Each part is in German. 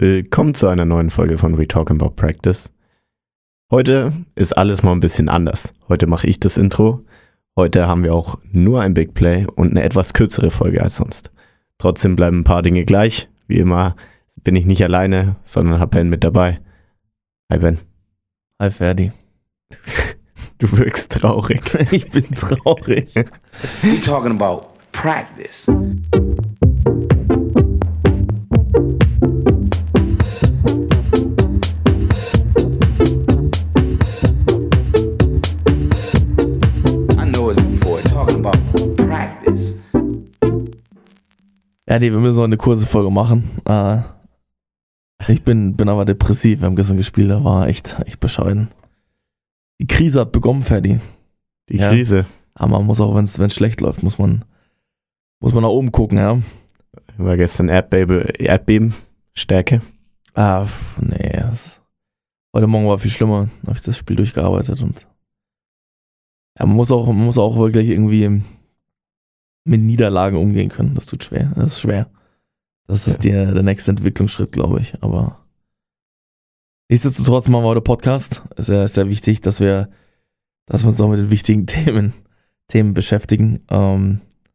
Willkommen zu einer neuen Folge von We Talk About Practice. Heute ist alles mal ein bisschen anders. Heute mache ich das Intro. Heute haben wir auch nur ein Big Play und eine etwas kürzere Folge als sonst. Trotzdem bleiben ein paar Dinge gleich. Wie immer bin ich nicht alleine, sondern habe Ben mit dabei. Hi Ben. Hi Ferdi. Du wirkst traurig. Ich bin traurig. We talking about practice. Ja, nee, wir müssen noch eine kurze Folge machen. Ich bin aber depressiv. Wir haben gestern gespielt, da war echt bescheiden. Die Krise hat begonnen, Ferdi. Die Krise? Aber man muss auch, wenn es schlecht läuft, muss man nach oben gucken, ja. War gestern Erdbebenstärke? Nee. Heute Morgen war viel schlimmer. Da habe ich das Spiel durchgearbeitet und ja, man muss auch wirklich irgendwie mit Niederlagen umgehen können. Das tut schwer. Das ist schwer. Das ist der nächste Entwicklungsschritt, glaube ich. Aber nichtsdestotrotz machen wir heute Podcast. Es ist sehr wichtig, dass wir uns auch mit den wichtigen Themen beschäftigen. Ja,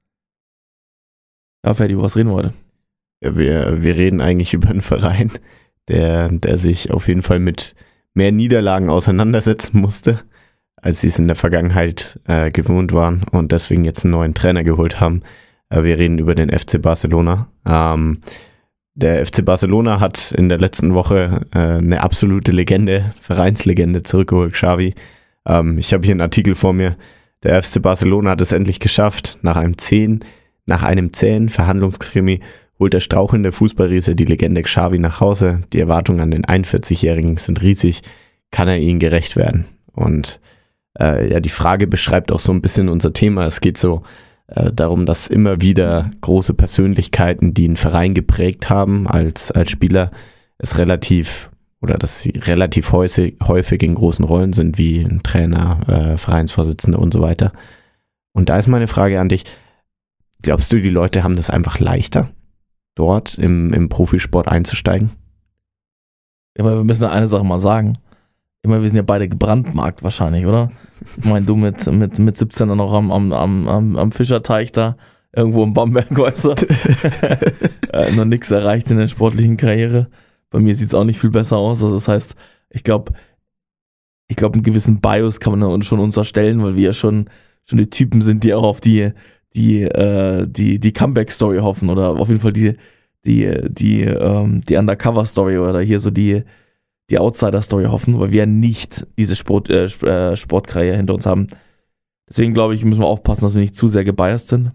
Ferdi, über was reden wir heute? Ja, wir reden eigentlich über einen Verein, der sich auf jeden Fall mit mehr Niederlagen auseinandersetzen musste, als sie es in der Vergangenheit gewohnt waren und deswegen jetzt einen neuen Trainer geholt haben. Wir reden über den FC Barcelona. Der FC Barcelona hat in der letzten Woche eine absolute Legende, Vereinslegende zurückgeholt, Xavi. Ich habe hier einen Artikel vor mir. Der FC Barcelona hat es endlich geschafft. Nach einem zähen Verhandlungskrimi holt der strauchelnde Fußballriese die Legende Xavi nach Hause. Die Erwartungen an den 41-Jährigen sind riesig. Kann er ihnen gerecht werden? Und die Frage beschreibt auch so ein bisschen unser Thema. Es geht so darum, dass immer wieder große Persönlichkeiten, die einen Verein geprägt haben als Spieler, dass sie relativ häufig in großen Rollen sind, wie ein Trainer, Vereinsvorsitzender und so weiter. Und da ist meine Frage an dich, glaubst du, die Leute haben das einfach leichter, dort im Profisport einzusteigen? Ja, aber wir müssen eine Sache mal sagen. Wir sind ja beide gebrandmarkt wahrscheinlich, oder? Ich meine, du mit 17 noch am Fischerteich da, irgendwo in Bamberg, weißt du? Noch nichts erreicht in der sportlichen Karriere. Bei mir sieht es auch nicht viel besser aus. Also das heißt, ich glaube, einen gewissen Bias kann man uns schon unterstellen, weil wir ja schon die Typen sind, die auch auf die Comeback-Story hoffen oder auf jeden Fall die Undercover-Story oder hier so die Outsider-Story hoffen, weil wir ja nicht diese Sportkarriere hinter uns haben. Deswegen glaube ich, müssen wir aufpassen, dass wir nicht zu sehr gebiased sind.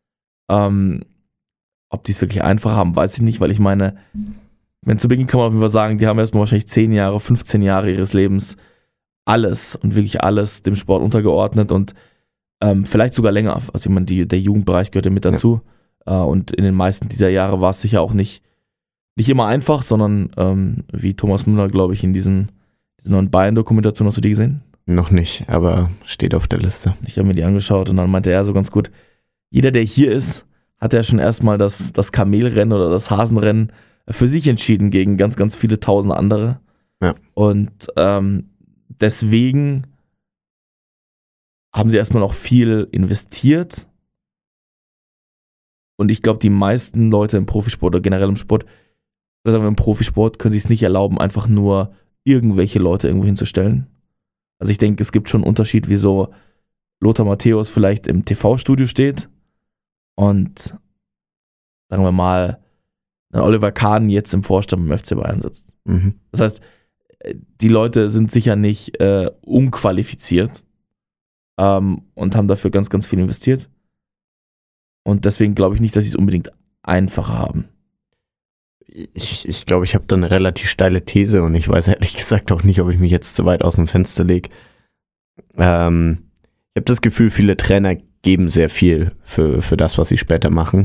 Ob die es wirklich einfach haben, weiß ich nicht, weil ich meine, zu Beginn kann man auf jeden Fall sagen, die haben erstmal wahrscheinlich 10 Jahre, 15 Jahre ihres Lebens alles und wirklich alles dem Sport untergeordnet und vielleicht sogar länger. Also ich meine, der Jugendbereich gehört ja mit dazu. Ja. Und in den meisten dieser Jahre war es sicher auch nicht immer einfach, sondern wie Thomas Müller, glaube ich, in dieser neuen Bayern-Dokumentation, hast du die gesehen? Noch nicht, aber steht auf der Liste. Ich habe mir die angeschaut und dann meinte er so ganz gut, jeder, der hier ist, hat ja schon erstmal das Kamelrennen oder das Hasenrennen für sich entschieden gegen ganz, ganz viele tausend andere. Ja. Und deswegen haben sie erstmal noch viel investiert. Und ich glaube, die meisten Leute im Profisport oder generell im Sport, oder sagen wir im Profisport, können sich es nicht erlauben, einfach nur irgendwelche Leute irgendwo hinzustellen. Also ich denke, es gibt schon einen Unterschied, wieso Lothar Matthäus vielleicht im TV-Studio steht und sagen wir mal, Oliver Kahn jetzt im Vorstand beim FC Bayern sitzt. Mhm. Das heißt, die Leute sind sicher nicht unqualifiziert und haben dafür ganz, ganz viel investiert. Und deswegen glaube ich nicht, dass sie es unbedingt einfacher haben. Ich glaube, ich habe da eine relativ steile These und ich weiß ehrlich gesagt auch nicht, ob ich mich jetzt zu weit aus dem Fenster lege. Ich habe das Gefühl, viele Trainer geben sehr viel für das, was sie später machen.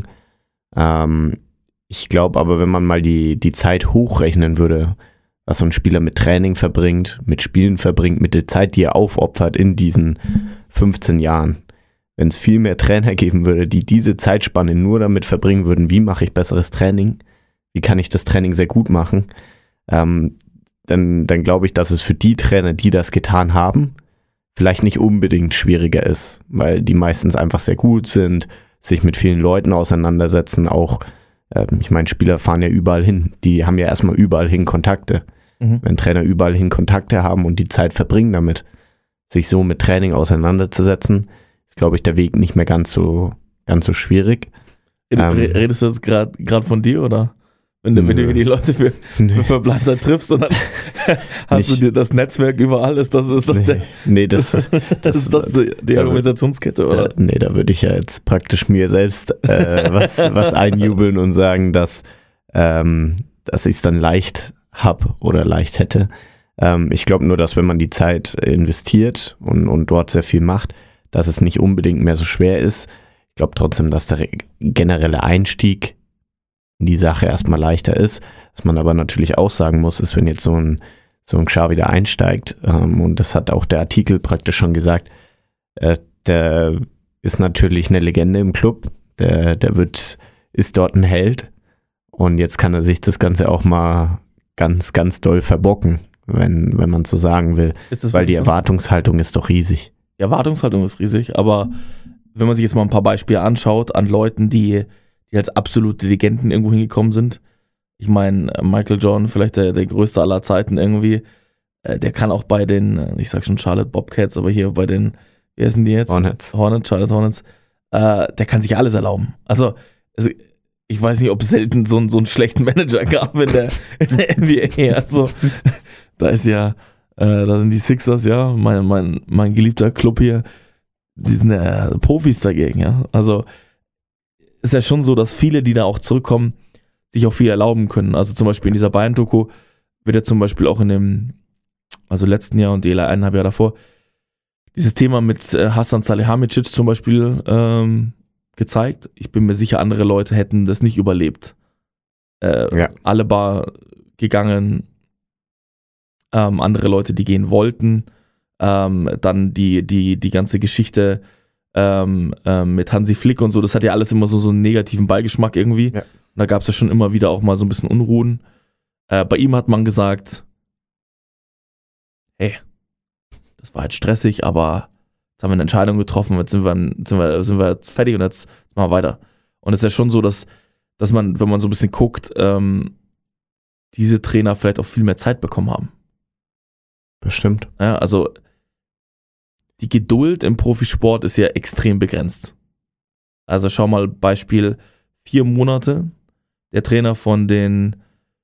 Ich glaube aber, wenn man mal die Zeit hochrechnen würde, was so ein Spieler mit Training verbringt, mit Spielen verbringt, mit der Zeit, die er aufopfert in diesen 15 Jahren, wenn es viel mehr Trainer geben würde, die diese Zeitspanne nur damit verbringen würden, wie mache ich besseres Training, wie kann ich das Training sehr gut machen, dann glaube ich, dass es für die Trainer, die das getan haben, vielleicht nicht unbedingt schwieriger ist, weil die meistens einfach sehr gut sind, sich mit vielen Leuten auseinandersetzen, auch, ich meine, Spieler fahren ja überall hin, die haben ja erstmal überall hin Kontakte. Wenn Trainer überall hin Kontakte haben und die Zeit verbringen damit, sich so mit Training auseinanderzusetzen, ist, glaube ich, der Weg nicht mehr ganz so schwierig. Redest du jetzt gerade von dir, oder? Wenn du hier die Leute für Blindside triffst und dann hast du dir das Netzwerk überall, ist das die Argumentationskette, oder? Nee, da würde ich ja jetzt praktisch mir selbst was einjubeln und sagen, dass ich es dann leicht habe oder leicht hätte. Ich glaube nur, dass wenn man die Zeit investiert und dort sehr viel macht, dass es nicht unbedingt mehr so schwer ist. Ich glaube trotzdem, dass der generelle Einstieg in die Sache erstmal leichter ist. Was man aber natürlich auch sagen muss, ist, wenn jetzt so ein Xavi da einsteigt, und das hat auch der Artikel praktisch schon gesagt, der ist natürlich eine Legende im Club, der ist dort ein Held und jetzt kann er sich das Ganze auch mal ganz, ganz doll verbocken, wenn man so sagen will, weil die Erwartungshaltung ist doch riesig. Die Erwartungshaltung ist riesig, aber wenn man sich jetzt mal ein paar Beispiele anschaut an Leuten, die als absolute Legenden irgendwo hingekommen sind, ich meine, Michael Jordan, vielleicht der größte aller Zeiten irgendwie, der kann auch bei den, ich sag schon Charlotte Bobcats, aber hier bei den, wie heißen die jetzt? Charlotte Hornets, der kann sich alles erlauben. Also ich weiß nicht, ob es selten so einen schlechten Manager gab in der NBA. Also da sind die Sixers, ja, mein geliebter Club hier, die sind ja Profis dagegen, ja. Also ist ja schon so, dass viele, die da auch zurückkommen, sich auch viel erlauben können. Also zum Beispiel in dieser Bayern-Doku wird ja zum Beispiel auch in dem, also letzten Jahr und die 1,5 Jahre davor, dieses Thema mit Hasan Salihamidzic zum Beispiel gezeigt. Ich bin mir sicher, andere Leute hätten das nicht überlebt. Alle Bar gegangen, andere Leute, die gehen wollten, dann die ganze Geschichte mit Hansi Flick und so, das hat ja alles immer so einen negativen Beigeschmack irgendwie. Ja. Und da gab es ja schon immer wieder auch mal so ein bisschen Unruhen. Bei ihm hat man gesagt, hey, das war jetzt stressig, aber jetzt haben wir eine Entscheidung getroffen, jetzt sind wir jetzt fertig und jetzt machen wir weiter. Und es ist ja schon so, dass man, wenn man so ein bisschen guckt, diese Trainer vielleicht auch viel mehr Zeit bekommen haben. Bestimmt. Ja, also die Geduld im Profisport ist ja extrem begrenzt. Also schau mal, Beispiel 4 Monate, der Trainer von den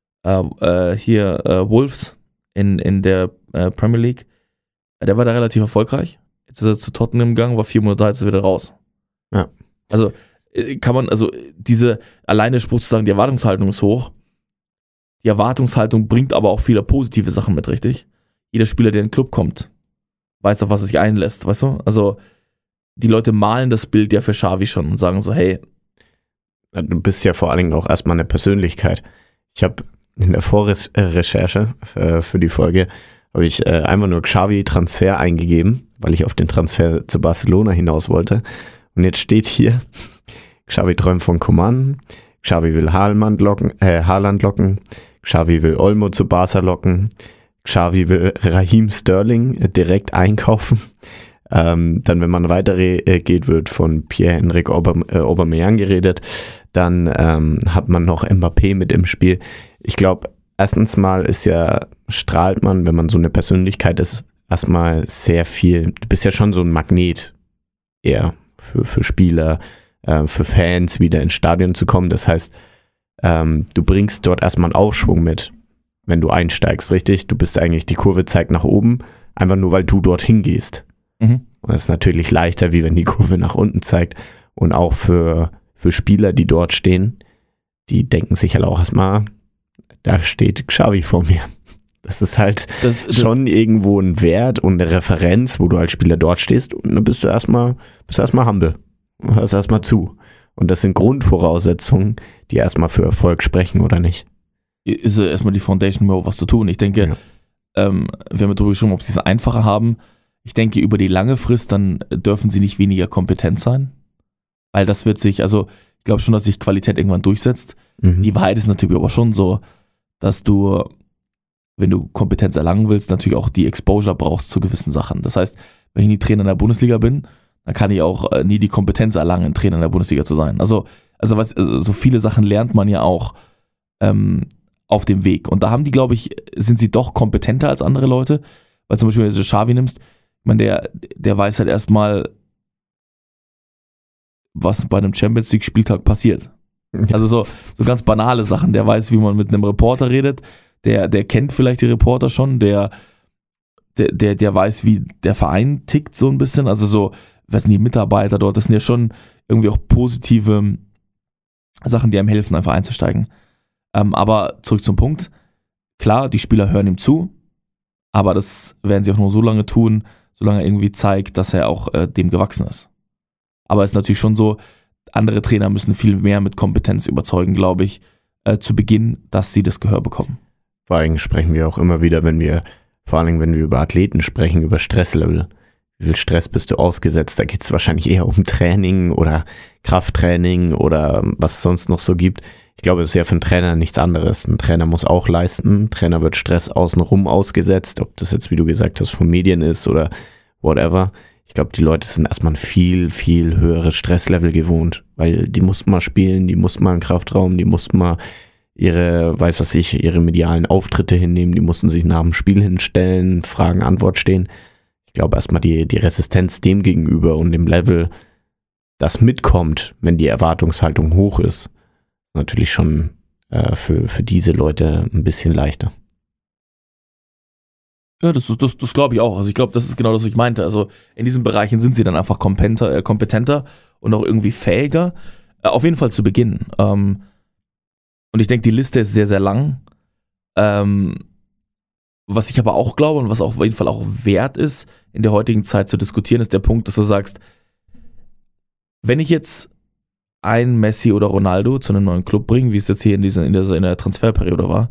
Wolves in der Premier League, der war da relativ erfolgreich. Jetzt ist er zu Tottenham gegangen, war 4 Monate, jetzt ist er wieder raus. Ja. Also diese alleine Spruch zu sagen, die Erwartungshaltung ist hoch. Die Erwartungshaltung bringt aber auch viele positive Sachen mit, richtig? Jeder Spieler, der in den Club kommt, weiß, auf was er sich einlässt, weißt du? Also die Leute malen das Bild ja für Xavi schon und sagen so, hey. Du bist ja vor allen Dingen auch erstmal eine Persönlichkeit. Ich habe in der Vorrecherche für die Folge habe ich einfach nur Xavi-Transfer eingegeben, weil ich auf den Transfer zu Barcelona hinaus wollte. Und jetzt steht hier, Xavi träumt von Coman, Xavi will Haaland locken, Xavi will Olmo zu Barca locken, Xavi will Raheem Sterling direkt einkaufen. Dann, wenn man weiter geht, wird von Pierre-Emerick Aubameyang geredet. Dann hat man noch Mbappé mit im Spiel. Ich glaube, erstens mal strahlt man, wenn man so eine Persönlichkeit ist, erstmal sehr viel. Du bist ja schon so ein Magnet eher für Spieler, für Fans wieder ins Stadion zu kommen. Das heißt, du bringst dort erstmal einen Aufschwung mit, wenn du einsteigst, richtig? Du bist eigentlich, die Kurve zeigt nach oben, einfach nur, weil du dorthin gehst. Mhm. Und das ist natürlich leichter, wie wenn die Kurve nach unten zeigt. Und auch für Spieler, die dort stehen, die denken sich halt auch erstmal, da steht Xavi vor mir. Das ist halt schon irgendwo ein Wert und eine Referenz, wo du als Spieler dort stehst und dann bist du erstmal humble. Hörst erstmal zu. Und das sind Grundvoraussetzungen, die erstmal für Erfolg sprechen, oder nicht? Ist erstmal die Foundation, was zu tun. Ich denke, wir haben darüber geschrieben, ob sie es einfacher haben. Ich denke, über die lange Frist, dann dürfen sie nicht weniger kompetent sein. Weil das wird sich, also Ich glaube schon, dass sich Qualität irgendwann durchsetzt. Mhm. Die Wahrheit ist natürlich aber schon so, dass du, wenn du Kompetenz erlangen willst, natürlich auch die Exposure brauchst zu gewissen Sachen. Das heißt, wenn ich nie Trainer in der Bundesliga bin, dann kann ich auch nie die Kompetenz erlangen, Trainer in der Bundesliga zu sein. Also so viele Sachen lernt man ja auch auf dem Weg. Und da haben die, glaube ich, sind sie doch kompetenter als andere Leute. Weil zum Beispiel, wenn du Xavi nimmst, ich meine, der weiß halt erstmal, was bei einem Champions League Spieltag passiert. Also so ganz banale Sachen. Der weiß, wie man mit einem Reporter redet. Der kennt vielleicht die Reporter schon. Der weiß, wie der Verein tickt so ein bisschen. Also so, was sind die Mitarbeiter dort? Das sind ja schon irgendwie auch positive Sachen, die einem helfen, einfach einzusteigen. Aber zurück zum Punkt. Klar, die Spieler hören ihm zu, aber das werden sie auch nur so lange tun, solange er irgendwie zeigt, dass er auch dem gewachsen ist. Aber es ist natürlich schon so, andere Trainer müssen viel mehr mit Kompetenz überzeugen, glaube ich, zu Beginn, dass sie das Gehör bekommen. Vor allem sprechen wir auch immer wieder, wenn wir über Athleten sprechen, über Stresslevel. Wie viel Stress bist du ausgesetzt? Da geht es wahrscheinlich eher um Training oder Krafttraining oder was es sonst noch so gibt. Ich glaube, es ist ja für einen Trainer nichts anderes. Ein Trainer muss auch leisten. Ein Trainer wird Stress außenrum ausgesetzt, ob das jetzt, wie du gesagt hast, von Medien ist oder whatever. Ich glaube, die Leute sind erstmal ein viel, viel höheres Stresslevel gewohnt, weil die mussten mal spielen, die mussten mal im Kraftraum, die mussten mal ihre medialen Auftritte hinnehmen, die mussten sich nach dem Spiel hinstellen, Fragen, Antwort stehen. Ich glaube erstmal die Resistenz dem gegenüber und dem Level, das mitkommt, wenn die Erwartungshaltung hoch ist, natürlich schon für diese Leute ein bisschen leichter. Ja, das glaube ich auch. Also ich glaube, das ist genau das, was ich meinte. Also in diesen Bereichen sind sie dann einfach kompetenter und auch irgendwie fähiger. Auf jeden Fall zu Beginn. Und ich denke, die Liste ist sehr, sehr lang. Was ich aber auch glaube und was auf jeden Fall auch wert ist, in der heutigen Zeit zu diskutieren, ist der Punkt, dass du sagst, wenn ich jetzt ein Messi oder Ronaldo zu einem neuen Club bringe, wie es jetzt hier in der Transferperiode war,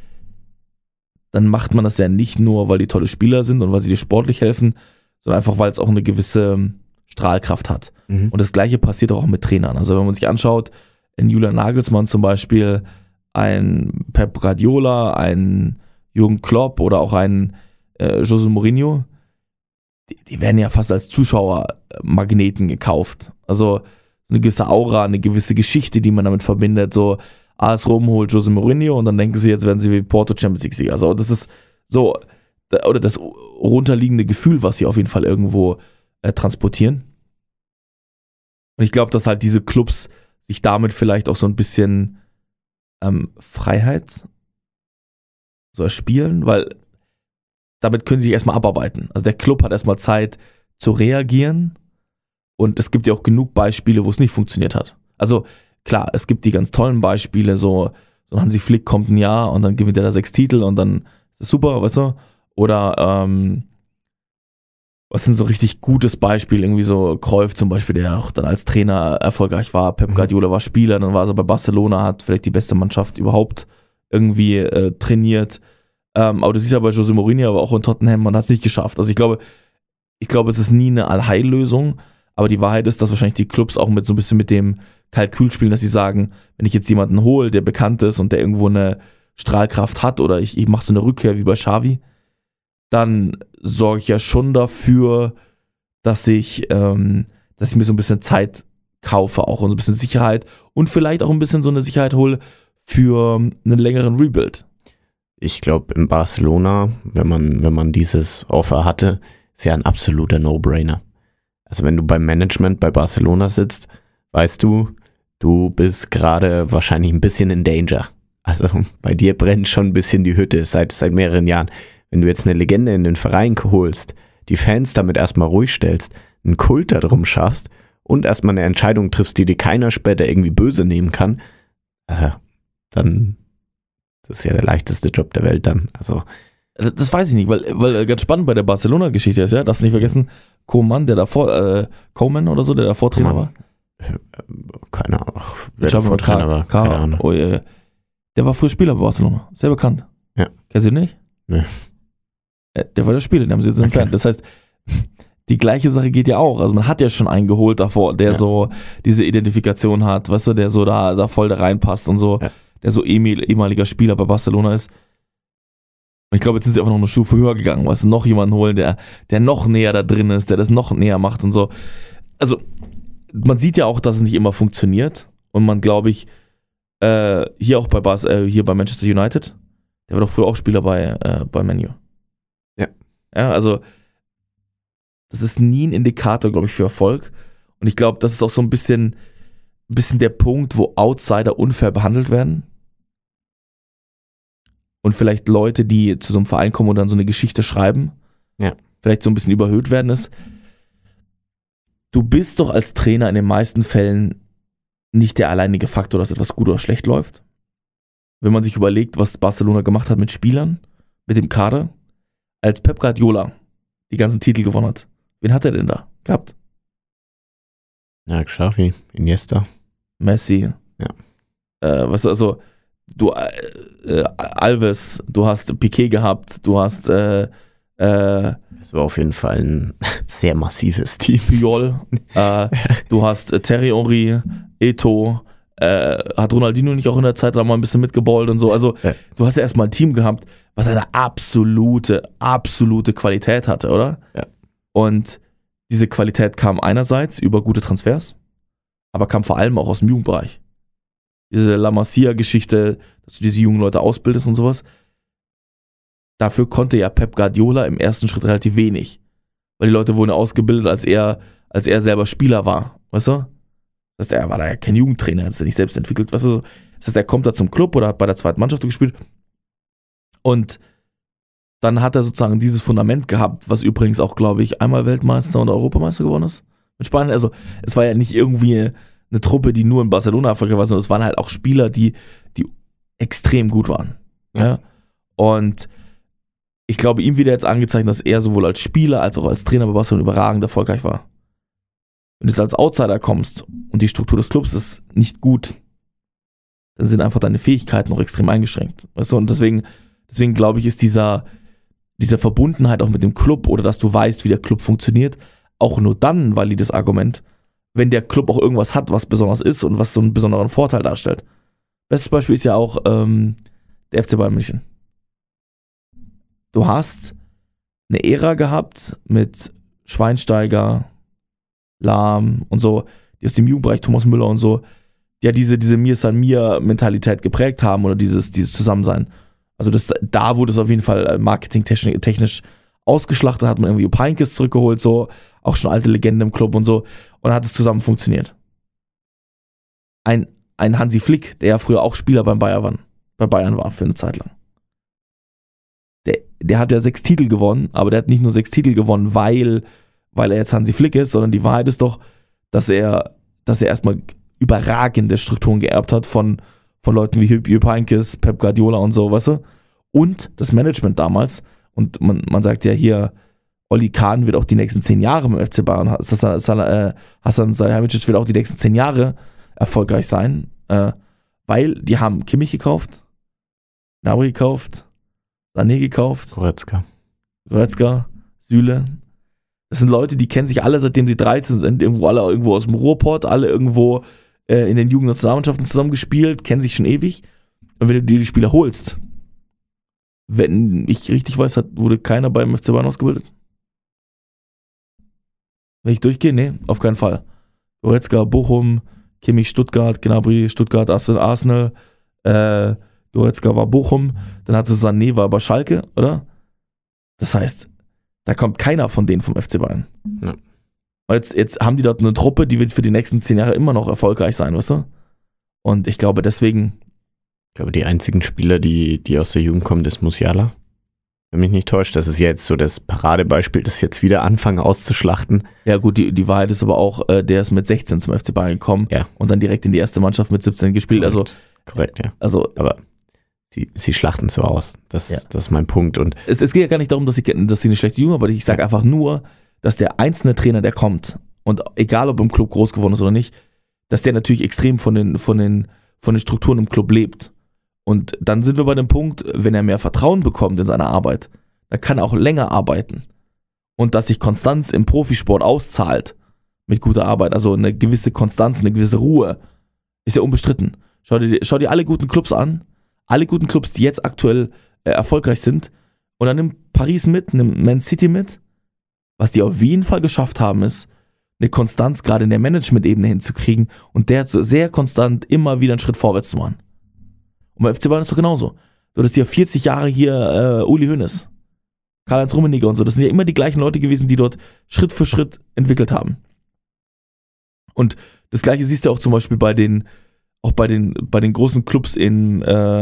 dann macht man das ja nicht nur, weil die tolle Spieler sind und weil sie dir sportlich helfen, sondern einfach, weil es auch eine gewisse Strahlkraft hat. Mhm. Und das Gleiche passiert auch mit Trainern. Also wenn man sich anschaut, ein Julian Nagelsmann zum Beispiel, ein Pep Guardiola, ein Jürgen Klopp oder auch ein Jose Mourinho, die werden ja fast als Zuschauermagneten gekauft. Also eine gewisse Aura, eine gewisse Geschichte, die man damit verbindet. So, AS Rom holt Jose Mourinho und dann denken sie, jetzt werden sie wie Porto Champions League Sieger. Also das ist so, oder das runterliegende Gefühl, was sie auf jeden Fall irgendwo transportieren. Und ich glaube, dass halt diese Clubs sich damit vielleicht auch so ein bisschen Freiheit so erspielen, weil damit können sie sich erstmal abarbeiten. Also der Club hat erstmal Zeit zu reagieren und es gibt ja auch genug Beispiele, wo es nicht funktioniert hat. Also klar, es gibt die ganz tollen Beispiele, so Hansi Flick kommt ein Jahr und dann gewinnt er da 6 Titel und dann ist es super, weißt du? Oder was sind so richtig gutes Beispiel, irgendwie so Cruyff zum Beispiel, der auch dann als Trainer erfolgreich war, Pep Guardiola war Spieler, dann war er bei Barcelona, hat vielleicht die beste Mannschaft überhaupt irgendwie trainiert. Aber du siehst ja bei Jose Mourinho, aber auch in Tottenham, man hat es nicht geschafft. Also ich glaube, es ist nie eine Allheillösung, aber die Wahrheit ist, dass wahrscheinlich die Clubs auch mit so ein bisschen mit dem Kalkül spielen, dass sie sagen, wenn ich jetzt jemanden hole, der bekannt ist und der irgendwo eine Strahlkraft hat oder ich mache so eine Rückkehr wie bei Xavi, dann sorge ich ja schon dafür, dass ich mir so ein bisschen Zeit kaufe auch und so ein bisschen Sicherheit und vielleicht auch ein bisschen so eine Sicherheit hole für einen längeren Rebuild. Ich glaube, in Barcelona, wenn man dieses Offer hatte, ist ja ein absoluter No-Brainer. Also wenn du beim Management bei Barcelona sitzt, weißt du bist gerade wahrscheinlich ein bisschen in Danger. Also bei dir brennt schon ein bisschen die Hütte seit mehreren Jahren. Wenn du jetzt eine Legende in den Verein holst, die Fans damit erstmal ruhig stellst, einen Kult darum schaffst und erstmal eine Entscheidung triffst, die dir keiner später irgendwie böse nehmen kann, dann das ist ja der leichteste Job der Welt dann. Also das weiß ich nicht, weil ganz spannend bei der Barcelona-Geschichte ist, ja, darfst du nicht vergessen, Koeman, der davor, Koeman oder so, der davor Trainer war. Keine Ahnung. Wer davor Trainer war, keine Ahnung. Oh, der war früher Spieler bei Barcelona, sehr bekannt. Ja. Kennst du ihn nicht? Nee. Der war der Spieler, den haben sie jetzt entfernt. Das heißt, die gleiche Sache geht ja auch. Also man hat ja schon einen geholt davor, der so diese Identifikation hat, weißt du, der so da voll da reinpasst und so, der so ehemaliger Spieler bei Barcelona ist. Und ich glaube, jetzt sind sie einfach noch eine Stufe höher gegangen, weißt du, noch jemanden holen, der noch näher da drin ist, der das noch näher macht und so. Also man sieht ja auch, dass es nicht immer funktioniert und man, glaube ich, hier auch hier bei Manchester United, der war doch früher auch Spieler bei Man U. Ja, also das ist nie ein Indikator, glaube ich, für Erfolg. Und ich glaube, das ist auch so ein bisschen der Punkt, wo Outsider unfair behandelt werden. Und vielleicht Leute, die zu so einem Verein kommen und dann so eine Geschichte schreiben, vielleicht so ein bisschen überhöht werden ist. Du bist doch als Trainer in den meisten Fällen nicht der alleinige Faktor, dass etwas gut oder schlecht läuft. Wenn man sich überlegt, was Barcelona gemacht hat mit Spielern, mit dem Kader, als Pep Guardiola die ganzen Titel gewonnen hat, wen hat er denn da gehabt? Ja, Xavi, Iniesta. Messi. Ja. Weißt du, also du Alves, du hast Piqué gehabt, du hast das war auf jeden Fall ein sehr massives Team. Puyol, du hast Thierry Henry, Eto'o, hat Ronaldinho nicht auch in der Zeit da mal ein bisschen mitgeballt und so. Also du hast ja erstmal ein Team gehabt, was eine absolute Qualität hatte, oder? Ja. Und diese Qualität kam einerseits über gute Transfers, aber kam vor allem auch aus dem Jugendbereich. Diese La Masia-Geschichte, dass du diese jungen Leute ausbildest und sowas. Dafür konnte ja Pep Guardiola im ersten Schritt relativ wenig. Weil die Leute wurden ausgebildet, als er selber Spieler war. Weißt du? Das heißt, er war da ja kein Jugendtrainer, hat sich nicht selbst entwickelt. Weißt du? Das heißt, er kommt da zum Club oder hat bei der zweiten Mannschaft gespielt. Und dann hat er sozusagen dieses Fundament gehabt, was übrigens auch, glaube ich, einmal Weltmeister und Europameister geworden ist. Mit Spanien. Also, es war ja nicht irgendwie eine Truppe, die nur in Barcelona erfolgreich war, sondern es waren halt auch Spieler, die extrem gut waren. Ja? Und ich glaube, ihm wieder jetzt angezeigt, dass er sowohl als Spieler als auch als Trainer bei Barcelona überragend erfolgreich war. Wenn du jetzt als Outsider kommst und die Struktur des Clubs ist nicht gut, dann sind einfach deine Fähigkeiten noch extrem eingeschränkt. Weißt du? Und deswegen glaube ich, ist diese Verbundenheit auch mit dem Club oder dass du weißt, wie der Club funktioniert, auch nur dann ein valides Argument, wenn der Club auch irgendwas hat, was besonders ist und was so einen besonderen Vorteil darstellt. Bestes Beispiel ist ja auch der FC Bayern München. Du hast eine Ära gehabt mit Schweinsteiger, Lahm und so, die aus dem Jugendbereich, Thomas Müller und so, die ja diese Mir-San-Mir-Mentalität geprägt haben oder dieses Zusammensein. Also da wurde es auf jeden Fall marketingtechnisch ausgeschlachtet, hat man irgendwie Jupp Heynckes zurückgeholt, so, auch schon alte Legende im Club und so, und dann hat es zusammen funktioniert. Ein Hansi Flick, der ja früher auch Spieler bei Bayern war für eine Zeit lang. Der hat ja 6 Titel gewonnen, aber der hat nicht nur 6 Titel gewonnen, weil er jetzt Hansi Flick ist, sondern die Wahrheit ist doch, dass er erstmal überragende Strukturen geerbt hat von Leuten wie Jupp Heynckes, Pep Guardiola und so, weißt du? Und das Management damals. Und man sagt ja hier, Oli Kahn wird auch die nächsten 10 Jahre im FC Bayern, Hasan Salihamidzic wird auch die nächsten 10 Jahre erfolgreich sein, weil die haben Kimmich gekauft, Gnabry gekauft, Sané gekauft, Goretzka, Süle. Das sind Leute, die kennen sich alle, seitdem sie 13 sind, alle irgendwo aus dem Ruhrpott, alle irgendwo in den Jugendnationalmannschaften zusammen gespielt, kennen sich schon ewig. Und wenn du dir die Spieler holst, wenn ich richtig weiß, wurde keiner beim FC Bayern ausgebildet. Wenn ich durchgehe, nee, auf keinen Fall. Goretzka, Bochum, Kimmich, Stuttgart, Gnabry, Stuttgart, Arsenal, Goretzka war Bochum, dann hatte Sané, war bei Schalke, oder? Das heißt, da kommt keiner von denen vom FC Bayern. Ja. Und jetzt haben die dort eine Truppe, die wird für die nächsten 10 Jahre immer noch erfolgreich sein, weißt du? Und ich glaube deswegen... Ich glaube, die einzigen Spieler, die aus der Jugend kommen, ist Musiala. Wenn mich nicht täuscht, das ist ja jetzt so das Paradebeispiel, das jetzt wieder anfangen auszuschlachten. Ja gut, die Wahrheit ist aber auch, der ist mit 16 zum FC Bayern gekommen und dann direkt in die erste Mannschaft mit 17 gespielt. Korrekt, ja. Also, aber sie schlachten so aus. Das ist mein Punkt. Und es geht ja gar nicht darum, dass sie eine schlechte Jugend haben, aber ich sage einfach nur, dass der einzelne Trainer, der kommt, und egal ob im Club groß geworden ist oder nicht, dass der natürlich extrem von den Strukturen im Club lebt. Und dann sind wir bei dem Punkt, wenn er mehr Vertrauen bekommt in seiner Arbeit, dann kann er auch länger arbeiten. und dass sich Konstanz im Profisport auszahlt mit guter Arbeit, also eine gewisse Konstanz, eine gewisse Ruhe, ist ja unbestritten. Schau dir alle guten Clubs an, alle guten Clubs, die jetzt aktuell erfolgreich sind, und dann nimm Paris mit, nimm Man City mit. Was die auf jeden Fall geschafft haben, ist, eine Konstanz gerade in der Management-Ebene hinzukriegen und der sehr konstant immer wieder einen Schritt vorwärts zu machen. Und bei FC Bayern ist doch genauso. Du hattest ja 40 Jahre hier Uli Hoeneß, Karl-Heinz Rummenigge und so. Das sind ja immer die gleichen Leute gewesen, die dort Schritt für Schritt entwickelt haben. Und das Gleiche siehst du auch zum Beispiel bei den großen Clubs im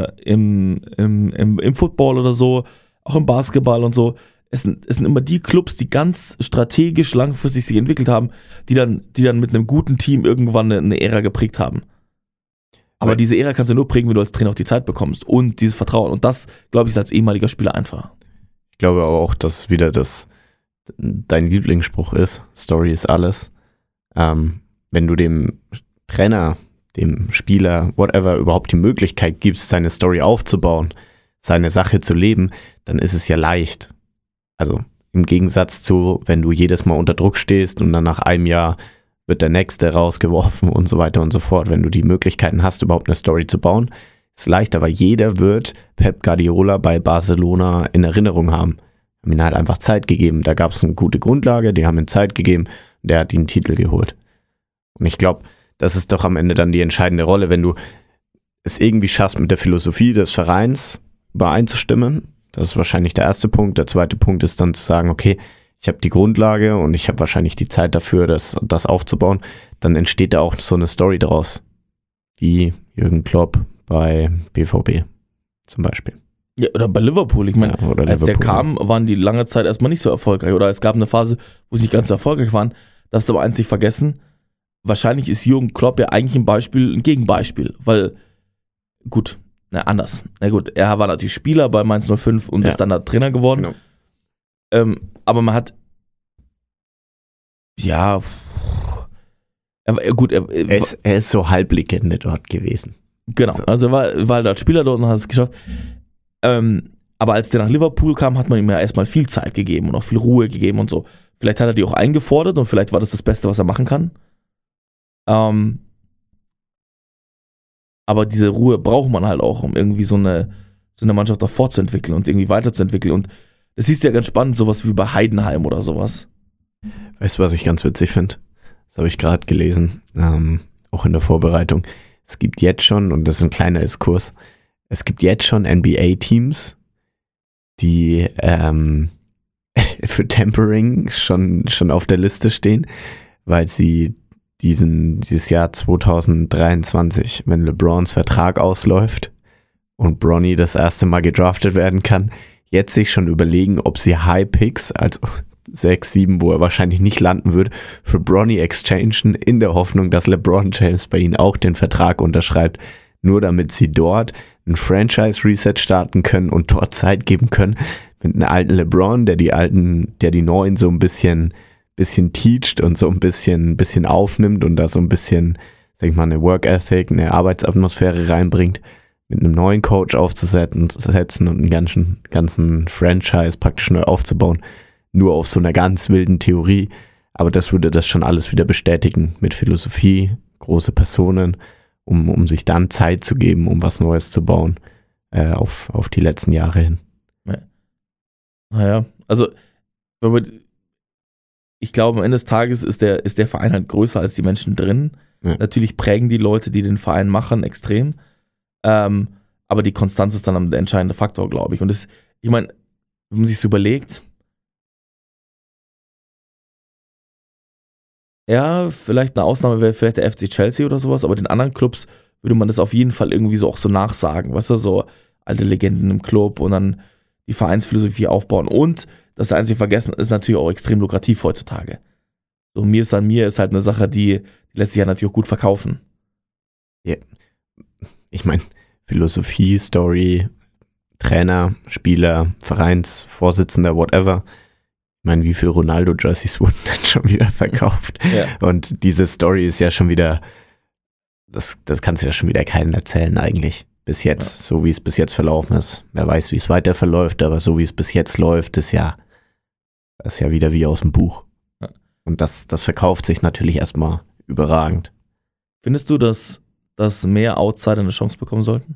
Football oder so, auch im Basketball und so. Es sind immer die Clubs, die ganz strategisch langfristig sich entwickelt haben, die dann mit einem guten Team irgendwann eine Ära geprägt haben. Aber diese Ära kannst du nur prägen, wenn du als Trainer auch die Zeit bekommst und dieses Vertrauen. Und das, glaube ich, ist als ehemaliger Spieler einfacher. Ich glaube aber auch, dass wieder dein Lieblingsspruch ist, Story ist alles. Wenn du dem Trainer, dem Spieler, whatever, überhaupt die Möglichkeit gibst, seine Story aufzubauen, seine Sache zu leben, dann ist es ja leicht. Also im Gegensatz zu, wenn du jedes Mal unter Druck stehst und dann nach einem Jahr wird der Nächste rausgeworfen und so weiter und so fort. Wenn du die Möglichkeiten hast, überhaupt eine Story zu bauen, ist leicht, aber jeder wird Pep Guardiola bei Barcelona in Erinnerung haben. Haben ihm halt einfach Zeit gegeben. Da gab es eine gute Grundlage, die haben ihm Zeit gegeben, der hat den Titel geholt. Und ich glaube, das ist doch am Ende dann die entscheidende Rolle, wenn du es irgendwie schaffst, mit der Philosophie des Vereins übereinzustimmen. Das ist wahrscheinlich der erste Punkt. Der zweite Punkt ist dann zu sagen, okay, ich habe die Grundlage und ich habe wahrscheinlich die Zeit dafür, das aufzubauen. Dann entsteht da auch so eine Story draus. Wie Jürgen Klopp bei BVB zum Beispiel. Ja, oder bei Liverpool. Ich meine, als der kam, waren die lange Zeit erstmal nicht so erfolgreich. Oder es gab eine Phase, wo sie nicht ganz so erfolgreich waren. Darfst du aber eins nicht vergessen, wahrscheinlich ist Jürgen Klopp ja eigentlich ein Gegenbeispiel. Weil, gut, anders. Na gut, er war natürlich Spieler bei Mainz 05 und ist dann da Trainer geworden. Genau. Aber man hat er ist so Halblegende dort gewesen. Genau, also er war halt als Spieler dort und hat es geschafft. Aber als der nach Liverpool kam, hat man ihm ja erstmal viel Zeit gegeben und auch viel Ruhe gegeben und so. Vielleicht hat er die auch eingefordert und vielleicht war das Beste, was er machen kann. Aber diese Ruhe braucht man halt auch, um irgendwie so eine Mannschaft auch fortzuentwickeln und irgendwie weiterzuentwickeln. Und das ist ja ganz spannend, sowas wie bei Heidenheim oder sowas. Weißt du, was ich ganz witzig finde? Das habe ich gerade gelesen, auch in der Vorbereitung. Es gibt jetzt schon, und das ist ein kleiner Diskurs, es gibt jetzt schon NBA-Teams, die für Tampering schon auf der Liste stehen, weil sie dieses Jahr 2023, wenn LeBrons Vertrag ausläuft und Bronny das erste Mal gedraftet werden kann, jetzt sich schon überlegen, ob sie High Picks, also 6, 7, wo er wahrscheinlich nicht landen wird, für Bronny exchangen, in der Hoffnung, dass LeBron James bei ihnen auch den Vertrag unterschreibt, nur damit sie dort einen Franchise-Reset starten können und dort Zeit geben können mit einem alten LeBron, der die Neuen so ein bisschen teacht und so ein bisschen aufnimmt und da so ein bisschen, sag ich mal, eine Work Ethic, eine Arbeitsatmosphäre reinbringt, mit einem neuen Coach aufzusetzen und einen ganzen Franchise praktisch neu aufzubauen, nur auf so einer ganz wilden Theorie. Aber das würde das schon alles wieder bestätigen mit Philosophie, große Personen, um sich dann Zeit zu geben, um was Neues zu bauen, auf die letzten Jahre hin. Naja, also ich glaube, am Ende des Tages ist der Verein halt größer als die Menschen drin. Ja. Natürlich prägen die Leute, die den Verein machen, extrem. Aber die Konstanz ist dann der entscheidende Faktor, glaube ich. Und ich meine, wenn man sich so überlegt, ja, vielleicht eine Ausnahme wäre vielleicht der FC Chelsea oder sowas, aber den anderen Clubs würde man das auf jeden Fall irgendwie so auch so nachsagen, weißt du, so alte Legenden im Club und dann die Vereinsphilosophie aufbauen. Und das einzige Vergessen ist natürlich auch extrem lukrativ heutzutage. So mir ist halt eine Sache, die lässt sich ja natürlich auch gut verkaufen. Ja. Ich meine, Philosophie, Story, Trainer, Spieler, Vereinsvorsitzender, whatever. Ich meine, wie viele Ronaldo-Jerseys wurden dann schon wieder verkauft? Ja. Und diese Story ist ja schon wieder, das kannst du ja schon wieder keinen erzählen eigentlich. Bis jetzt, so wie es bis jetzt verlaufen ist. Wer weiß, wie es weiter verläuft, aber so wie es bis jetzt läuft, ist ja, Das ist ja wieder wie aus dem Buch. Ja. Und das verkauft sich natürlich erstmal überragend. Findest du, dass mehr Outsider eine Chance bekommen sollten?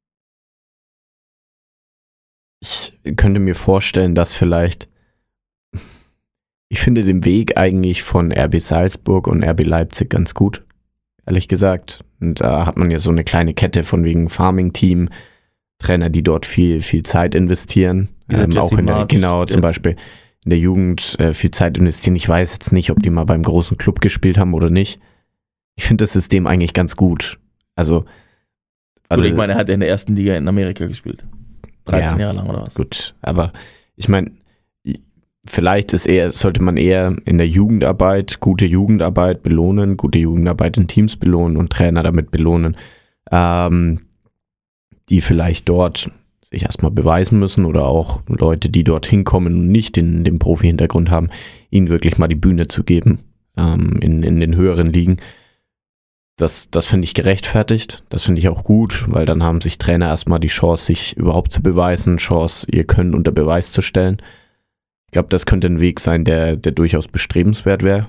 Ich könnte mir vorstellen, dass vielleicht, ich finde den Weg eigentlich von RB Salzburg und RB Leipzig ganz gut, ehrlich gesagt. Und da hat man ja so eine kleine Kette von wegen Farming-Team, Trainer, die dort viel Zeit investieren. Auch in der, genau, zum Beispiel in der Jugend viel Zeit investieren. Ich weiß jetzt nicht, ob die mal beim großen Club gespielt haben oder nicht. Ich finde das System eigentlich ganz gut. Also, Gut, ich meine, er hat in der ersten Liga in Amerika gespielt. 13 Jahre lang oder was? Gut, aber ich meine, vielleicht sollte man eher in der Jugendarbeit gute Jugendarbeit belohnen, gute Jugendarbeit in Teams belohnen und Trainer damit belohnen, die vielleicht dort sich erstmal beweisen müssen oder auch Leute, die dort hinkommen und nicht den Profi-Hintergrund haben, ihnen wirklich mal die Bühne zu geben in den höheren Ligen. Das finde ich gerechtfertigt, das finde ich auch gut, weil dann haben sich Trainer erstmal die Chance, sich überhaupt zu beweisen, Chance, ihr Können unter Beweis zu stellen. Ich glaube, das könnte ein Weg sein, der durchaus bestrebenswert wäre.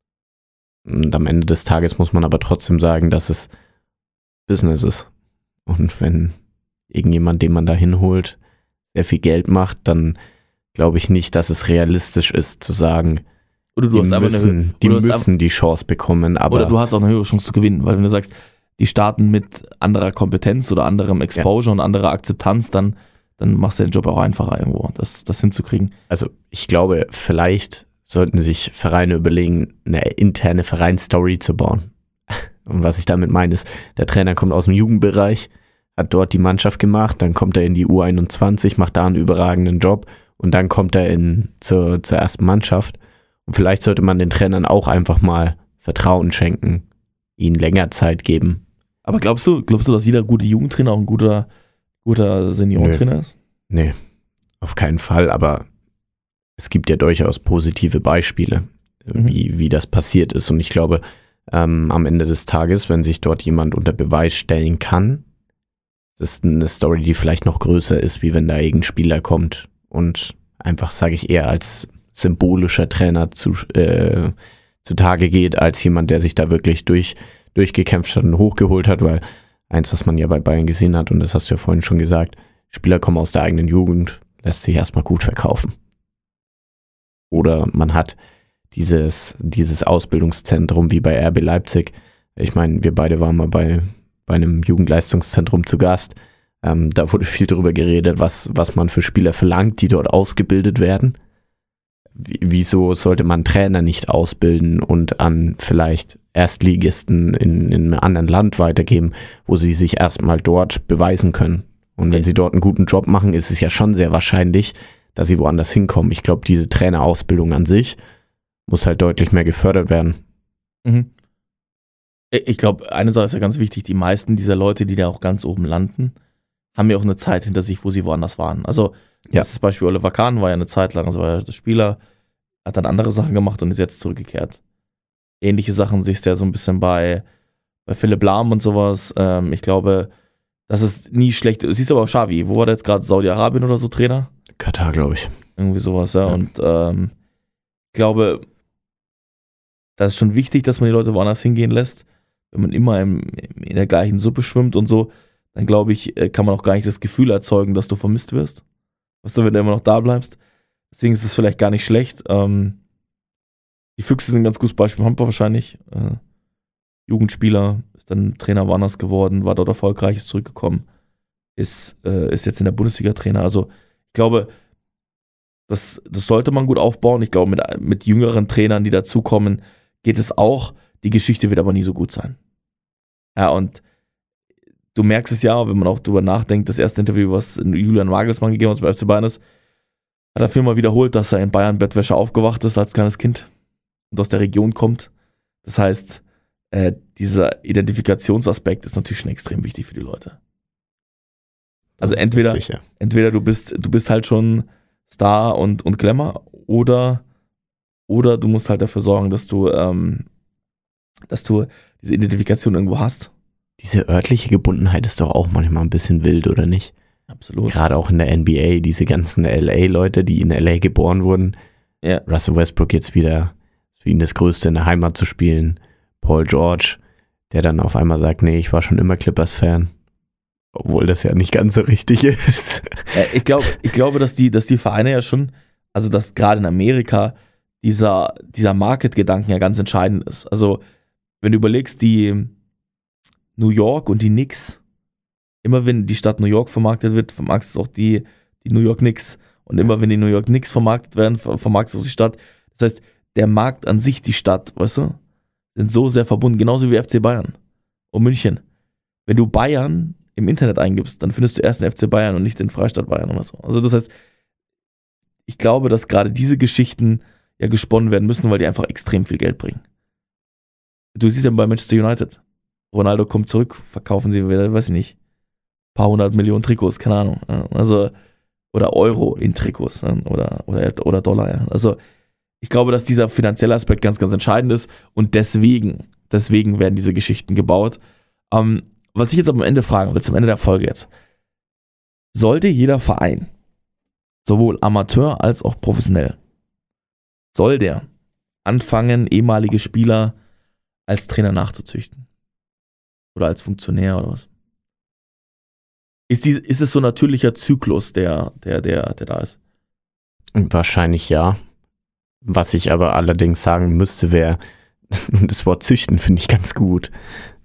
Und am Ende des Tages muss man aber trotzdem sagen, dass es Business ist. Und wenn irgendjemand, den man da hinholt, sehr viel Geld macht, dann glaube ich nicht, dass es realistisch ist zu sagen, oder du hast die müssen die Chance bekommen. Aber oder du hast auch eine höhere Chance zu gewinnen, weil wenn du sagst, die starten mit anderer Kompetenz oder anderem Exposure und anderer Akzeptanz, dann machst du den Job auch einfacher irgendwo, das hinzukriegen. Also ich glaube, vielleicht sollten sich Vereine überlegen, eine interne Vereinsstory zu bauen. Und was ich damit meine ist, der Trainer kommt aus dem Jugendbereich, hat dort die Mannschaft gemacht, dann kommt er in die U21, macht da einen überragenden Job und dann kommt er zur ersten Mannschaft. Und vielleicht sollte man den Trainern auch einfach mal Vertrauen schenken, ihnen länger Zeit geben. Aber glaubst du, dass jeder gute Jugendtrainer auch ein guter Seniorentrainer ist? Nee, auf keinen Fall, aber es gibt ja durchaus positive Beispiele, wie das passiert ist. Und ich glaube, am Ende des Tages, wenn sich dort jemand unter Beweis stellen kann, das ist eine Story, die vielleicht noch größer ist, wie wenn da irgendein Spieler kommt und einfach, sage ich, eher als symbolischer Trainer zutage geht, als jemand, der sich da wirklich durchgekämpft hat und hochgeholt hat, weil eins, was man ja bei Bayern gesehen hat, und das hast du ja vorhin schon gesagt, Spieler kommen aus der eigenen Jugend, lässt sich erstmal gut verkaufen. Oder man hat dieses Ausbildungszentrum wie bei RB Leipzig. Ich meine, wir beide waren mal bei einem Jugendleistungszentrum zu Gast. Da wurde viel darüber geredet, was man für Spieler verlangt, die dort ausgebildet werden. Wieso sollte man Trainer nicht ausbilden und an vielleicht Erstligisten in einem anderen Land weitergeben, wo sie sich erstmal dort beweisen können? Und wenn sie dort einen guten Job machen, ist es ja schon sehr wahrscheinlich, dass sie woanders hinkommen. Ich glaube, diese Trainerausbildung an sich muss halt deutlich mehr gefördert werden. Mhm. Ich glaube, eine Sache ist ja ganz wichtig, die meisten dieser Leute, die da auch ganz oben landen, haben ja auch eine Zeit hinter sich, wo sie woanders waren. Also das ist das Beispiel Oliver Kahn, war ja eine Zeit lang, also war ja der Spieler, hat dann andere Sachen gemacht und ist jetzt zurückgekehrt. Ähnliche Sachen siehst du ja so ein bisschen bei Philipp Lahm und sowas. Ich glaube, das ist nie schlecht. Du siehst aber auch Xavi, wo war der jetzt gerade? Saudi-Arabien oder so Trainer? Katar, glaube ich. Irgendwie sowas, ja. Und ich glaube, das ist schon wichtig, dass man die Leute woanders hingehen lässt. Wenn man immer in der gleichen Suppe schwimmt und so, dann glaube ich, kann man auch gar nicht das Gefühl erzeugen, dass du vermisst wirst. Weißt du, wenn du immer noch da bleibst. Deswegen ist es vielleicht gar nicht schlecht. Die Füchse sind ein ganz gutes Beispiel. Handball wahrscheinlich. Jugendspieler, ist dann Trainer woanders geworden, war dort erfolgreich, ist zurückgekommen, ist jetzt in der Bundesliga Trainer. Also ich glaube, das sollte man gut aufbauen. Ich glaube, mit jüngeren Trainern, die dazukommen, geht es auch. Die Geschichte wird aber nie so gut sein. Ja, und du merkst es ja, wenn man auch drüber nachdenkt, das erste Interview, was Julian Nagelsmann gegeben hat beim FC Bayern ist, hat er viermal wiederholt, dass er in Bayern Bettwäsche aufgewacht ist als kleines Kind und aus der Region kommt. Das heißt, dieser Identifikationsaspekt ist natürlich schon extrem wichtig für die Leute. Also entweder du bist halt schon Star und Glamour oder du musst halt dafür sorgen, dass du diese Identifikation irgendwo hast. Diese örtliche Gebundenheit ist doch auch manchmal ein bisschen wild, oder nicht? Absolut. Gerade auch in der NBA, diese ganzen LA-Leute, die in LA geboren wurden, Ja. Russell Westbrook jetzt wieder für ihn das Größte in der Heimat zu spielen. Paul George, der dann auf einmal sagt, nee, ich war schon immer Clippers-Fan. Obwohl das ja nicht ganz so richtig ist. Ich glaube, dass die Vereine ja schon, also dass gerade in Amerika dieser Market-Gedanken ja ganz entscheidend ist. Also wenn du überlegst, die New York und die Knicks, immer wenn die Stadt New York vermarktet wird, vermarktet es auch die New York Knicks. Und immer wenn die New York Knicks vermarktet werden, vermarktet es auch die Stadt. Das heißt, der Markt an sich, die Stadt, weißt du, sind so sehr verbunden, genauso wie FC Bayern und München. Wenn du Bayern im Internet eingibst, dann findest du erst den FC Bayern und nicht den Freistaat Bayern oder so. Also das heißt, ich glaube, dass gerade diese Geschichten ja gesponnen werden müssen, weil die einfach extrem viel Geld bringen. Du siehst ja bei Manchester United, Ronaldo kommt zurück, verkaufen sie wieder, weiß ich nicht, ein paar 100 Millionen Trikots, keine Ahnung. Also, oder Euro in Trikots oder Dollar. Ja. Also ich glaube, dass dieser finanzielle Aspekt ganz, ganz entscheidend ist und deswegen werden diese Geschichten gebaut. Was ich jetzt am Ende fragen will, zum Ende der Folge jetzt. Sollte jeder Verein, sowohl Amateur als auch professionell, soll der anfangen, ehemalige Spieler als Trainer nachzuzüchten? Oder als Funktionär oder was? Ist es so ein natürlicher Zyklus, der da ist? Wahrscheinlich ja. Was ich aber allerdings sagen müsste, wäre, das Wort züchten finde ich ganz gut.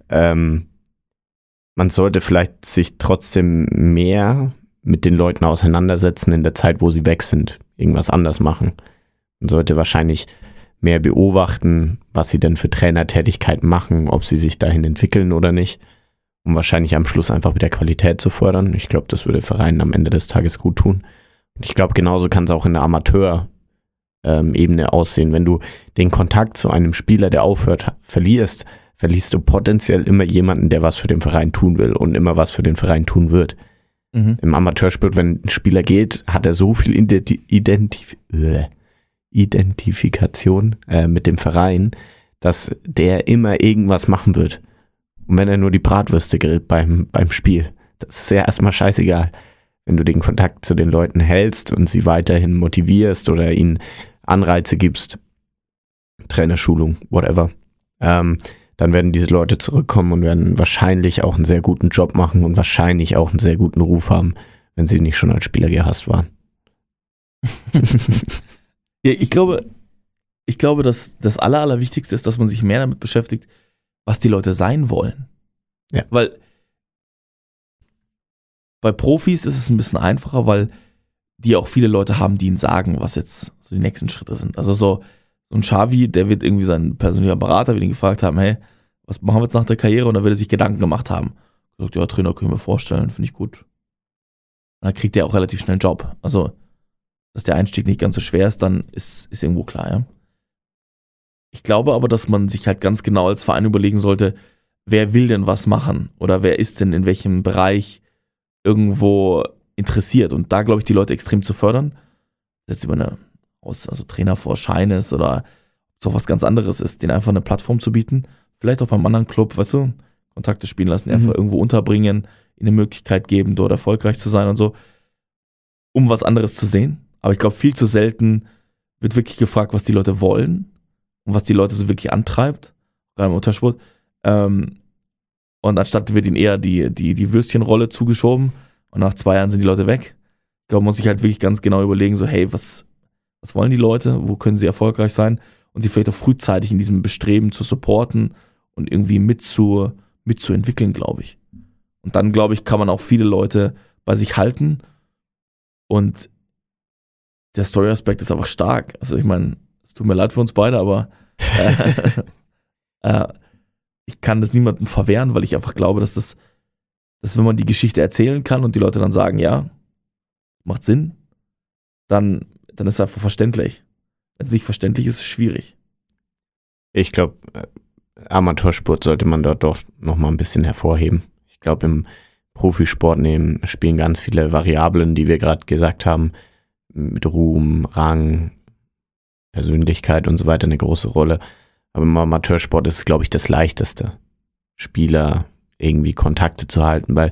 Man sollte vielleicht sich trotzdem mehr mit den Leuten auseinandersetzen in der Zeit, wo sie weg sind, irgendwas anders machen. Man sollte wahrscheinlich mehr beobachten, was sie denn für Trainertätigkeiten machen, ob sie sich dahin entwickeln oder nicht, um wahrscheinlich am Schluss einfach wieder Qualität zu fördern. Ich glaube, das würde Vereinen am Ende des Tages gut tun. Und ich glaube, genauso kann es auch in der Amateur-Ebene aussehen. Wenn du den Kontakt zu einem Spieler, der aufhört, verlierst du potenziell immer jemanden, der was für den Verein tun will und immer was für den Verein tun wird. Mhm. Im Amateursport, wenn ein Spieler geht, hat er so viel Identifikation mit dem Verein, dass der immer irgendwas machen wird. Und wenn er nur die Bratwürste grillt beim Spiel, das ist ja erstmal scheißegal. Wenn du den Kontakt zu den Leuten hältst und sie weiterhin motivierst oder ihnen Anreize gibst, Trainerschulung, whatever, dann werden diese Leute zurückkommen und werden wahrscheinlich auch einen sehr guten Job machen und wahrscheinlich auch einen sehr guten Ruf haben, wenn sie nicht schon als Spieler gehasst waren. Ja, ich glaube, dass das Allerwichtigste ist, dass man sich mehr damit beschäftigt, was die Leute sein wollen. Ja. Weil bei Profis ist es ein bisschen einfacher, weil die auch viele Leute haben, die ihnen sagen, was jetzt so die nächsten Schritte sind. Also so ein Xavi, der wird irgendwie sein persönlicher Berater, wird ihn gefragt haben, hey, was machen wir jetzt nach der Karriere? Und dann wird er sich Gedanken gemacht haben. Gesagt, ja, Trainer können wir vorstellen, finde ich gut. Und dann kriegt er auch relativ schnell einen Job. Also, dass der Einstieg nicht ganz so schwer ist, dann ist irgendwo klar, ja. Ich glaube aber, dass man sich halt ganz genau als Verein überlegen sollte, wer will denn was machen? Oder wer ist denn in welchem Bereich irgendwo interessiert? Und da, glaube ich, die Leute extrem zu fördern. Jetzt über Trainer vor Schein ist oder so was ganz anderes ist, denen einfach eine Plattform zu bieten. Vielleicht auch beim anderen Club, weißt du, Kontakte spielen lassen, einfach irgendwo unterbringen, ihnen eine Möglichkeit geben, dort erfolgreich zu sein und so, um was anderes zu sehen. Aber ich glaube, viel zu selten wird wirklich gefragt, was die Leute wollen und was die Leute so wirklich antreibt, gerade im Motorsport. Und anstatt wird ihnen eher die Würstchenrolle zugeschoben und nach 2 Jahren sind die Leute weg. Ich glaube, man muss sich halt wirklich ganz genau überlegen, so hey, was wollen die Leute, wo können sie erfolgreich sein und sie vielleicht auch frühzeitig in diesem Bestreben zu supporten und irgendwie mitzuentwickeln, glaube ich. Und dann, glaube ich, kann man auch viele Leute bei sich halten und der Story-Aspekt ist einfach stark. Also ich meine, es tut mir leid für uns beide, aber ich kann das niemandem verwehren, weil ich einfach glaube, dass wenn man die Geschichte erzählen kann und die Leute dann sagen, ja, macht Sinn, dann ist es einfach verständlich. Wenn es nicht verständlich ist, ist es schwierig. Ich glaube, Amateursport sollte man dort doch nochmal ein bisschen hervorheben. Ich glaube, im Profisport spielen ganz viele Variablen, die wir gerade gesagt haben, mit Ruhm, Rang, Persönlichkeit und so weiter eine große Rolle. Aber im Amateursport ist es, glaube ich, das Leichteste, Spieler irgendwie Kontakte zu halten, weil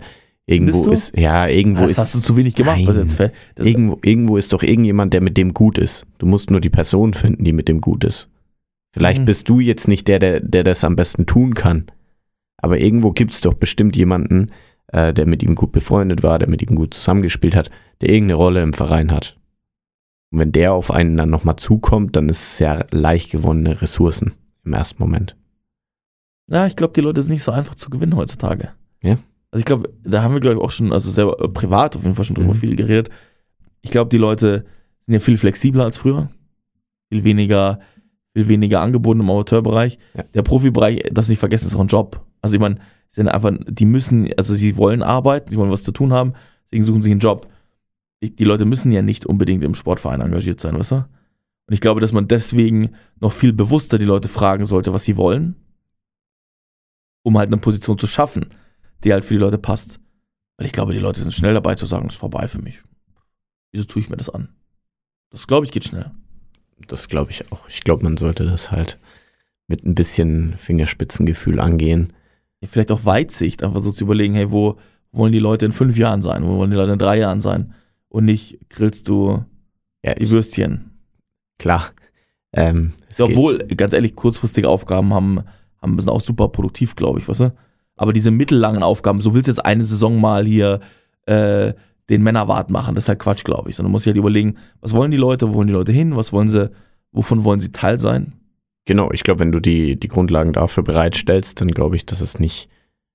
Irgendwo ist, das hast du zu wenig gemacht. Nein, was jetzt irgendwo ist doch irgendjemand, der mit dem gut ist. Du musst nur die Person finden, die mit dem gut ist. Vielleicht bist du jetzt nicht der das am besten tun kann. Aber irgendwo gibt es doch bestimmt jemanden, der mit ihm gut befreundet war, der mit ihm gut zusammengespielt hat, der irgendeine Rolle im Verein hat. Und wenn der auf einen dann nochmal zukommt, dann ist es sehr leicht gewonnene Ressourcen im ersten Moment. Ja, ich glaube, die Leute sind nicht so einfach zu gewinnen heutzutage. Ja. Also ich glaube, da haben wir, glaube ich, auch schon, also sehr privat auf jeden Fall schon drüber viel geredet. Ich glaube, die Leute sind ja viel flexibler als früher. Viel weniger angeboten im Amateurbereich. Ja. Der Profibereich, das nicht vergessen, ist auch ein Job. Also ich meine, sie wollen arbeiten, sie wollen was zu tun haben, deswegen suchen sie einen Job. Die Leute müssen ja nicht unbedingt im Sportverein engagiert sein, weißt du? Und ich glaube, dass man deswegen noch viel bewusster die Leute fragen sollte, was sie wollen, um halt eine Position zu schaffen, die halt für die Leute passt. Weil ich glaube, die Leute sind schnell dabei zu sagen, es ist vorbei für mich. Wieso tue ich mir das an? Das, glaube ich, geht schnell. Das glaube ich auch. Ich glaube, man sollte das halt mit ein bisschen Fingerspitzengefühl angehen. Ja, vielleicht auch Weitsicht, einfach so zu überlegen, hey, wo wollen die Leute in 5 Jahren sein? Wo wollen die Leute in 3 Jahren sein? Und nicht grillst du die Würstchen. Klar. Obwohl, ganz ehrlich, kurzfristige Aufgaben sind auch super produktiv, glaube ich, weißt du? Aber diese mittellangen Aufgaben, so willst du jetzt eine Saison mal hier den Männerwart machen, das ist halt Quatsch, glaube ich. Sondern du musst halt überlegen, was wollen die Leute, wo wollen die Leute hin, wovon wollen sie Teil sein? Genau, ich glaube, wenn du die Grundlagen dafür bereitstellst, dann glaube ich, dass es nicht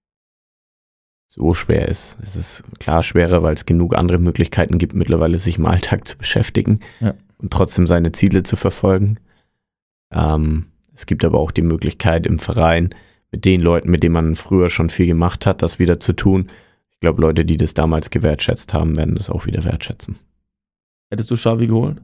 so schwer ist. Es ist klar schwerer, weil es genug andere Möglichkeiten gibt, mittlerweile sich im Alltag zu beschäftigen und trotzdem seine Ziele zu verfolgen. Es gibt aber auch die Möglichkeit im Verein, mit den Leuten, mit denen man früher schon viel gemacht hat, das wieder zu tun. Ich glaube, Leute, die das damals gewertschätzt haben, werden das auch wieder wertschätzen. Hättest du Xavi geholt?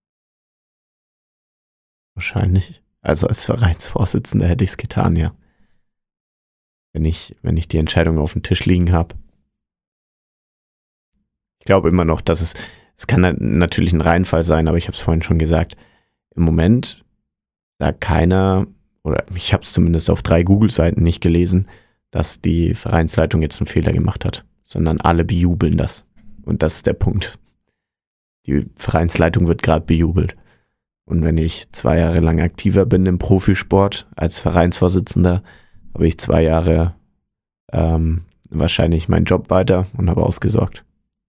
Wahrscheinlich. Also als Vereinsvorsitzender hätte ich es getan, ja. Wenn ich die Entscheidung auf dem Tisch liegen habe. Ich glaube immer noch, dass es kann natürlich ein Reinfall sein, aber ich habe es vorhin schon gesagt, im Moment sagt keiner, oder ich habe es zumindest auf 3 Google-Seiten nicht gelesen, dass die Vereinsleitung jetzt einen Fehler gemacht hat, sondern alle bejubeln das. Und das ist der Punkt. Die Vereinsleitung wird gerade bejubelt. Und wenn ich 2 Jahre lang aktiver bin im Profisport als Vereinsvorsitzender, habe ich 2 Jahre wahrscheinlich meinen Job weiter und habe ausgesorgt.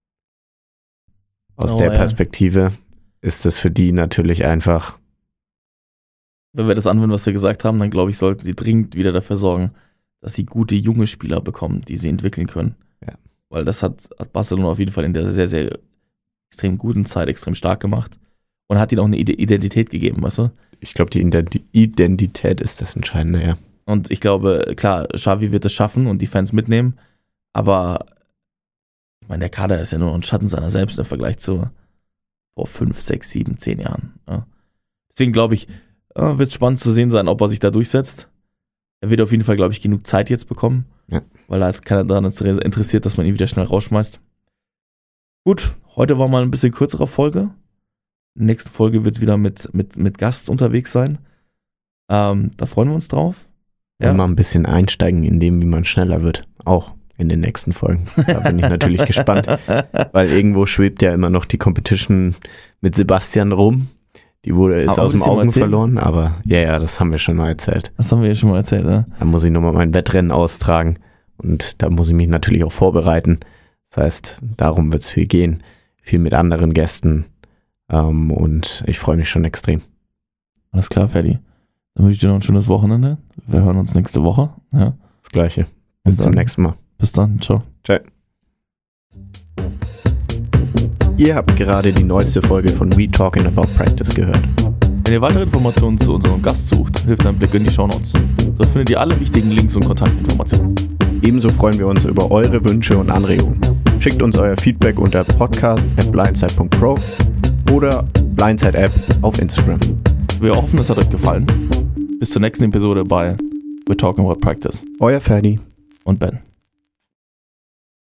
Aus der Perspektive ist das für die natürlich einfach. Wenn wir das anwenden, was wir gesagt haben, dann glaube ich, sollten sie dringend wieder dafür sorgen, dass sie gute junge Spieler bekommen, die sie entwickeln können. Ja. Weil das hat Barcelona auf jeden Fall in der sehr, sehr extrem guten Zeit extrem stark gemacht und hat ihnen auch eine Identität gegeben, weißt du? Ich glaube, die Identität ist das Entscheidende, ja. Und ich glaube, klar, Xavi wird es schaffen und die Fans mitnehmen, aber ich meine, der Kader ist ja nur ein Schatten seiner selbst im Vergleich zu vor 5, 6, 7, 10 Jahren. Ja. Deswegen glaube ich, wird es spannend zu sehen sein, ob er sich da durchsetzt. Er wird auf jeden Fall, glaube ich, genug Zeit jetzt bekommen, weil da ist keiner daran interessiert, dass man ihn wieder schnell rausschmeißt. Gut, heute war mal ein bisschen kürzere Folge. In der nächsten Folge wird es wieder mit Gast unterwegs sein. Da freuen wir uns drauf. Ja. Mal ein bisschen einsteigen in dem, wie man schneller wird. Auch in den nächsten Folgen. Da bin ich natürlich gespannt. Weil irgendwo schwebt ja immer noch die Competition mit Sebastian rum. Die ist aus dem Augen verloren, aber ja, das haben wir schon mal erzählt. Das haben wir ja schon mal erzählt, ja. Da muss ich nochmal mein Wettrennen austragen und da muss ich mich natürlich auch vorbereiten. Das heißt, darum wird es viel gehen, viel mit anderen Gästen und ich freue mich schon extrem. Alles klar, Ferdi. Dann wünsche ich dir noch ein schönes Wochenende. Wir hören uns nächste Woche. Ja. Das Gleiche. Bis zum nächsten Mal. Bis dann. Ciao. Ciao. Ihr habt gerade die neueste Folge von We Talking About Practice gehört. Wenn ihr weitere Informationen zu unserem Gast sucht, hilft ein Blick in die Shownotes. Dort findet ihr alle wichtigen Links und Kontaktinformationen. Ebenso freuen wir uns über eure Wünsche und Anregungen. Schickt uns euer Feedback unter podcast@blindside.pro oder Blindside-App auf Instagram. Wir hoffen, es hat euch gefallen. Bis zur nächsten Episode bei We're Talking About Practice. Euer Ferdi und Ben.